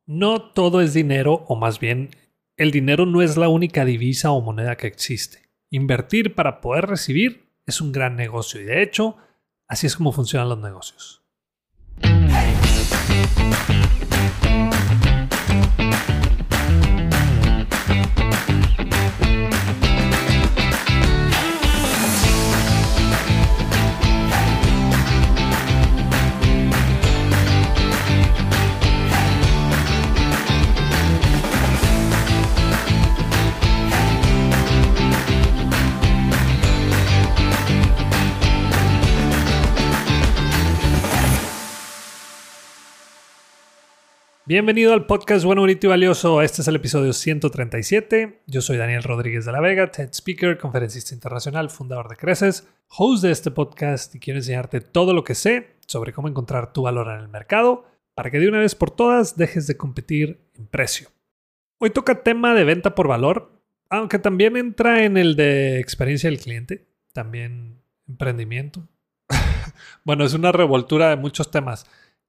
No todo es dinero, o más bien, el dinero no es la única divisa o moneda que existe. Invertir para poder recibir es un gran negocio y de hecho, así es como funcionan los negocios. Bienvenido al podcast Bueno, Bonito y Valioso. Este es el episodio 137. Yo soy Daniel Rodríguez de la Vega, TED Speaker, conferencista internacional, fundador de Creces, host de este podcast y quiero enseñarte todo lo que sé sobre cómo encontrar tu valor en el mercado para que de una vez por todas dejes de competir en precio. Hoy toca tema de venta por valor, aunque también entra en el de experiencia del cliente, también emprendimiento. Bueno, es una revoltura de muchos temas.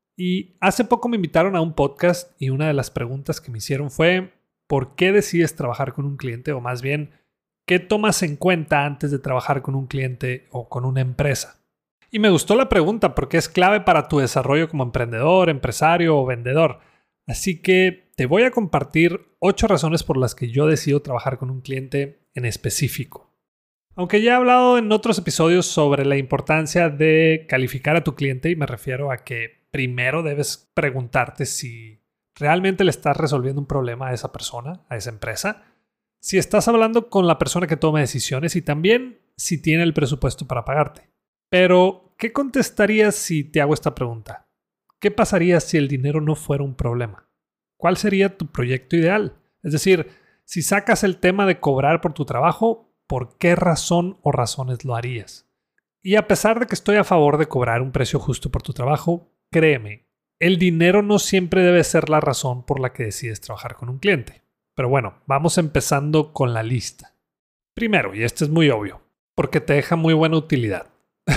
Y hace poco me invitaron a un podcast y una de las preguntas que me hicieron fue ¿por qué decides trabajar con un cliente? O más bien, ¿qué tomas en cuenta antes de trabajar con un cliente o con una empresa? Y me gustó la pregunta porque es clave para tu desarrollo como emprendedor, empresario o vendedor. Así que te voy a compartir 8 razones por las que yo decido trabajar con un cliente en específico. Aunque ya he hablado en otros episodios sobre la importancia de calificar a tu cliente y me refiero a que primero debes preguntarte si realmente le estás resolviendo un problema a esa persona, a esa empresa, si estás hablando con la persona que toma decisiones y también si tiene el presupuesto para pagarte. Pero, ¿qué contestarías si te hago esta pregunta? ¿Qué pasaría si el dinero no fuera un problema? ¿Cuál sería tu proyecto ideal? Es decir, si sacas el tema de cobrar por tu trabajo, ¿por qué razón o razones lo harías? Y a pesar de que estoy a favor de cobrar un precio justo por tu trabajo, créeme, el dinero no siempre debe ser la razón por la que decides trabajar con un cliente. Pero bueno, vamos empezando con la lista. Primero, y este es muy obvio, porque te deja muy buena utilidad.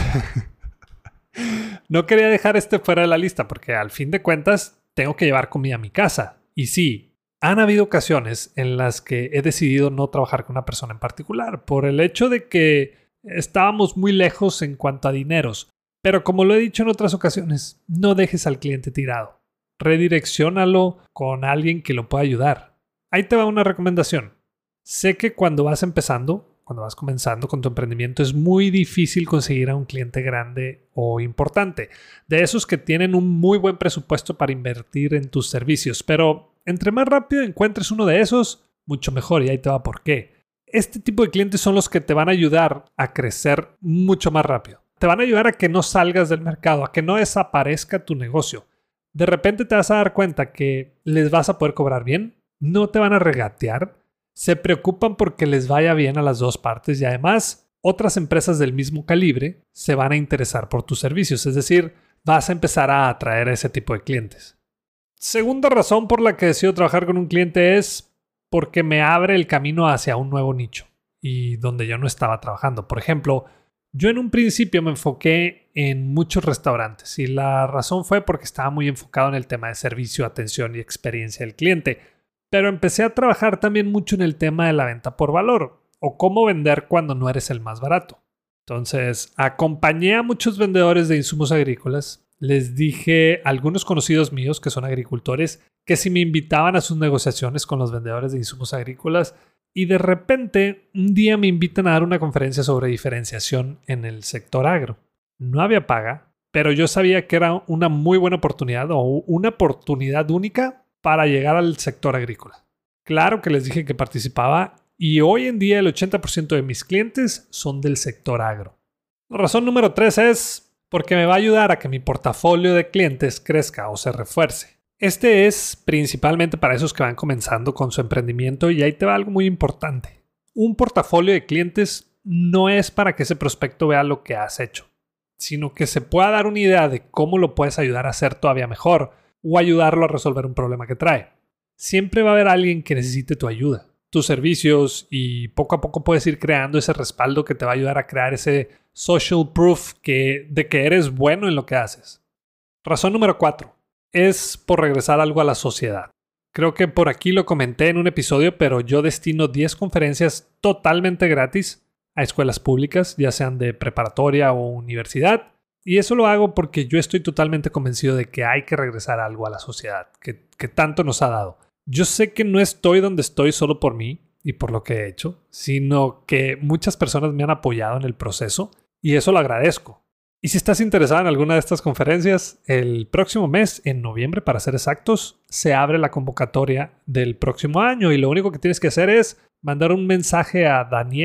No quería dejar este fuera de la lista porque al fin de cuentas tengo que llevar comida a mi casa. Y sí, han habido ocasiones en las que he decidido no trabajar con una persona en particular por el hecho de que estábamos muy lejos en cuanto a dineros. Pero como lo he dicho en otras ocasiones, no dejes al cliente tirado. Redirecciónalo con alguien que lo pueda ayudar. Ahí te va una recomendación. Sé que cuando vas comenzando con tu emprendimiento, es muy difícil conseguir a un cliente grande o importante. De esos que tienen un muy buen presupuesto para invertir en tus servicios. Pero entre más rápido encuentres uno de esos, mucho mejor. Y ahí te va por qué. Este tipo de clientes son los que te van a ayudar a crecer mucho más rápido. Te van a ayudar a que no salgas del mercado, a que no desaparezca tu negocio. De repente te vas a dar cuenta que les vas a poder cobrar bien, no te van a regatear, se preocupan porque les vaya bien a las dos partes y además otras empresas del mismo calibre se van a interesar por tus servicios, es decir, vas a empezar a atraer a ese tipo de clientes. Segunda razón por la que decido trabajar con un cliente es porque me abre el camino hacia un nuevo nicho y donde yo no estaba trabajando. Por ejemplo, yo en un principio me enfoqué en muchos restaurantes y la razón fue porque estaba muy enfocado en el tema de servicio, atención y experiencia del cliente. Pero empecé a trabajar también mucho en el tema de la venta por valor o cómo vender cuando no eres el más barato. Entonces, acompañé a muchos vendedores de insumos agrícolas. Les dije a algunos conocidos míos que son agricultores que si me invitaban a sus negociaciones con los vendedores de insumos agrícolas, y de repente, un día me invitan a dar una conferencia sobre diferenciación en el sector agro. No había paga, pero yo sabía que era una muy buena oportunidad o una oportunidad única para llegar al sector agrícola. Claro que les dije que participaba y hoy en día el 80% de mis clientes son del sector agro. La razón número 3 es porque me va a ayudar a que mi portafolio de clientes crezca o se refuerce. Este es principalmente para esos que van comenzando con su emprendimiento y ahí te va algo muy importante. Un portafolio de clientes no es para que ese prospecto vea lo que has hecho, sino que se pueda dar una idea de cómo lo puedes ayudar a hacer todavía mejor o ayudarlo a resolver un problema que trae. Siempre va a haber alguien que necesite tu ayuda, tus servicios y poco a poco puedes ir creando ese respaldo que te va a ayudar a crear ese social proof de que eres bueno en lo que haces. Razón número 4. Es por regresar algo a la sociedad. Creo que por aquí lo comenté en un episodio, pero yo destino 10 conferencias totalmente gratis a escuelas públicas, ya sean de preparatoria o universidad. Y eso lo hago porque yo estoy totalmente convencido de que hay que regresar algo a la sociedad, que tanto nos ha dado. Yo sé que no estoy donde estoy solo por mí y por lo que he hecho, sino que muchas personas me han apoyado en el proceso y eso lo agradezco. Y si estás interesado en alguna de estas conferencias, el próximo mes, en noviembre para ser exactos, se abre la convocatoria del próximo año y lo único que tienes que hacer es mandar un mensaje a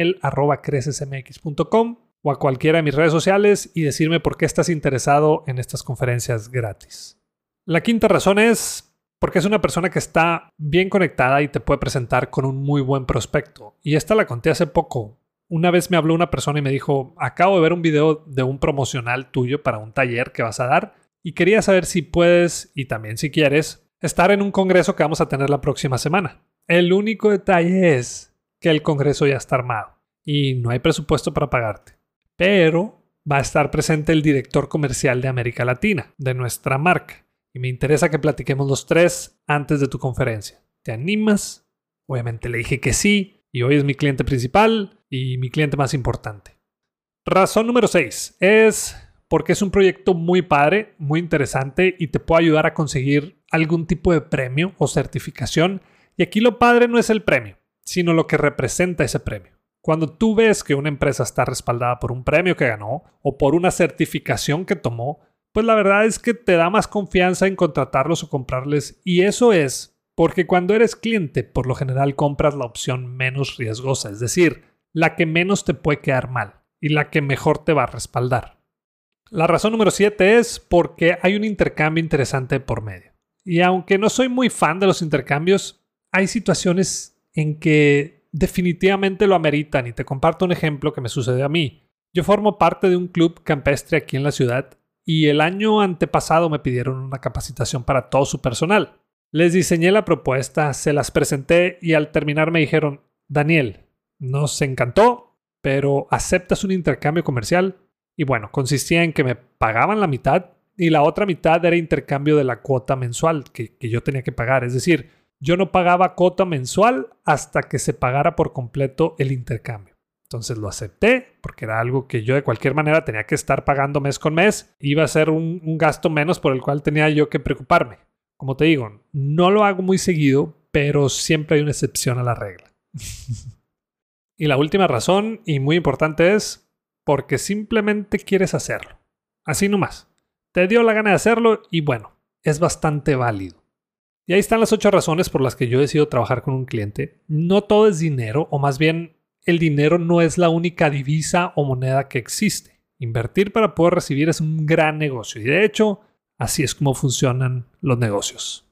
daniel@crecesmx.com o a cualquiera de mis redes sociales y decirme por qué estás interesado en estas conferencias gratis. La quinta razón es porque es una persona que está bien conectada y te puede presentar con un muy buen prospecto. Y esta la conté hace poco. Una vez me habló una persona y me dijo, acabo de ver un video de un promocional tuyo para un taller que vas a dar y quería saber si puedes, y también si quieres, estar en un congreso que vamos a tener la próxima semana. El único detalle es que el congreso ya está armado y no hay presupuesto para pagarte. Pero va a estar presente el director comercial de América Latina, de nuestra marca. Y me interesa que platiquemos los tres antes de tu conferencia. ¿Te animas? Obviamente le dije que sí. Y hoy es mi cliente principal y mi cliente más importante. Razón número 6 es porque es un proyecto muy padre, muy interesante y te puede ayudar a conseguir algún tipo de premio o certificación. Y aquí lo padre no es el premio, sino lo que representa ese premio. Cuando tú ves que una empresa está respaldada por un premio que ganó o por una certificación que tomó, pues la verdad es que te da más confianza en contratarlos o comprarles. Y eso es porque cuando eres cliente, por lo general compras la opción menos riesgosa, es decir, la que menos te puede quedar mal y la que mejor te va a respaldar. La razón número 7 es porque hay un intercambio interesante por medio. Y aunque no soy muy fan de los intercambios, hay situaciones en que definitivamente lo ameritan y te comparto un ejemplo que me sucedió a mí. Yo formo parte de un club campestre aquí en la ciudad y el año antepasado me pidieron una capacitación para todo su personal. Les diseñé la propuesta, se las presenté y al terminar me dijeron, Daniel, nos encantó, pero ¿aceptas un intercambio comercial? Y bueno, consistía en que me pagaban la mitad y la otra mitad era intercambio de la cuota mensual que yo tenía que pagar. Es decir, yo no pagaba cuota mensual hasta que se pagara por completo el intercambio. Entonces lo acepté porque era algo que yo de cualquier manera tenía que estar pagando mes con mes. Iba a ser un gasto menos por el cual tenía yo que preocuparme. Como te digo, no lo hago muy seguido, pero siempre hay una excepción a la regla. Y la última razón, y muy importante, es porque simplemente quieres hacerlo. Así nomás. Te dio la gana de hacerlo y bueno, es bastante válido. Y ahí están las 8 razones por las que yo decido trabajar con un cliente. No todo es dinero, o más bien, el dinero no es la única divisa o moneda que existe. Invertir para poder recibir es un gran negocio y de hecho, así es como funcionan los negocios.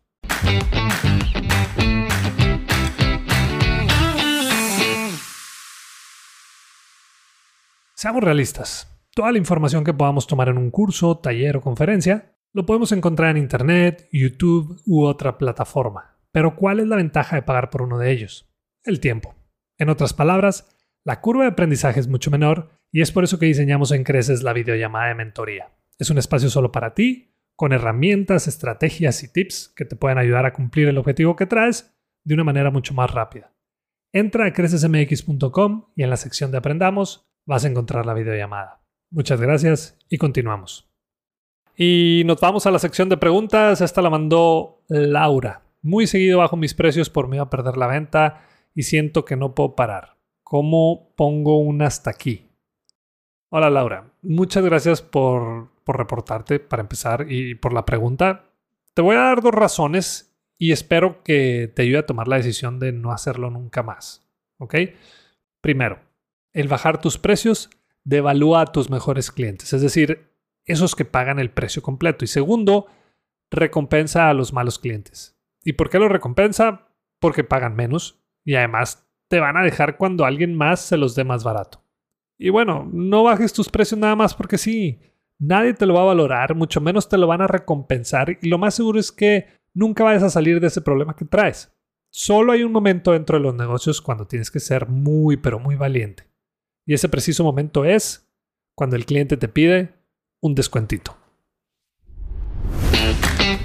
Seamos realistas. Toda la información que podamos tomar en un curso, taller o conferencia, lo podemos encontrar en Internet, YouTube u otra plataforma. Pero ¿cuál es la ventaja de pagar por uno de ellos? El tiempo. En otras palabras, la curva de aprendizaje es mucho menor y es por eso que diseñamos en Creces la videollamada de mentoría. Es un espacio solo para ti, con herramientas, estrategias y tips que te pueden ayudar a cumplir el objetivo que traes de una manera mucho más rápida. Entra a crecesmx.com y en la sección de Aprendamos vas a encontrar la videollamada. Muchas gracias y continuamos. Y nos vamos a la sección de preguntas. Esta la mandó Laura. Muy seguido bajo mis precios por miedo a perder la venta y siento que no puedo parar. ¿Cómo pongo un hasta aquí? Hola Laura, muchas gracias por reportarte para empezar y por la pregunta. Te voy a dar 2 razones y espero que te ayude a tomar la decisión de no hacerlo nunca más. ¿Ok? Primero, el bajar tus precios devalúa a tus mejores clientes, es decir, esos que pagan el precio completo. Y segundo, recompensa a los malos clientes. ¿Y por qué lo recompensa? Porque pagan menos y además te van a dejar cuando alguien más se los dé más barato. Y bueno, no bajes tus precios nada más porque sí. Nadie te lo va a valorar, mucho menos te lo van a recompensar y lo más seguro es que nunca vayas a salir de ese problema que traes. Solo hay un momento dentro de los negocios cuando tienes que ser muy, pero muy valiente. Y ese preciso momento es cuando el cliente te pide un descuentito.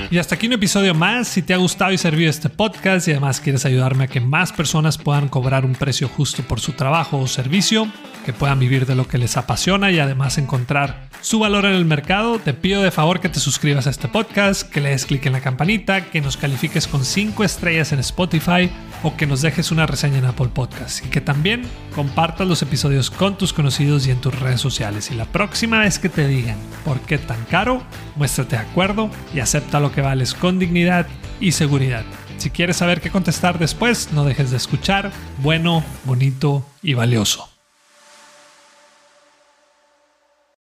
Y hasta aquí un episodio más. Si te ha gustado y servido este podcast y además quieres ayudarme a que más personas puedan cobrar un precio justo por su trabajo o servicio, que puedan vivir de lo que les apasiona y además encontrar su valor en el mercado, te pido de favor que te suscribas a este podcast, que le des clic en la campanita, que nos califiques con 5 estrellas en Spotify o que nos dejes una reseña en Apple Podcasts y que también compartas los episodios con tus conocidos y en tus redes sociales. Y la próxima vez que te digan ¿por qué tan caro?, muéstrate de acuerdo y acepta lo que vales con dignidad y seguridad. Si quieres saber qué contestar después, no dejes de escuchar Bueno, Bonito y Valioso.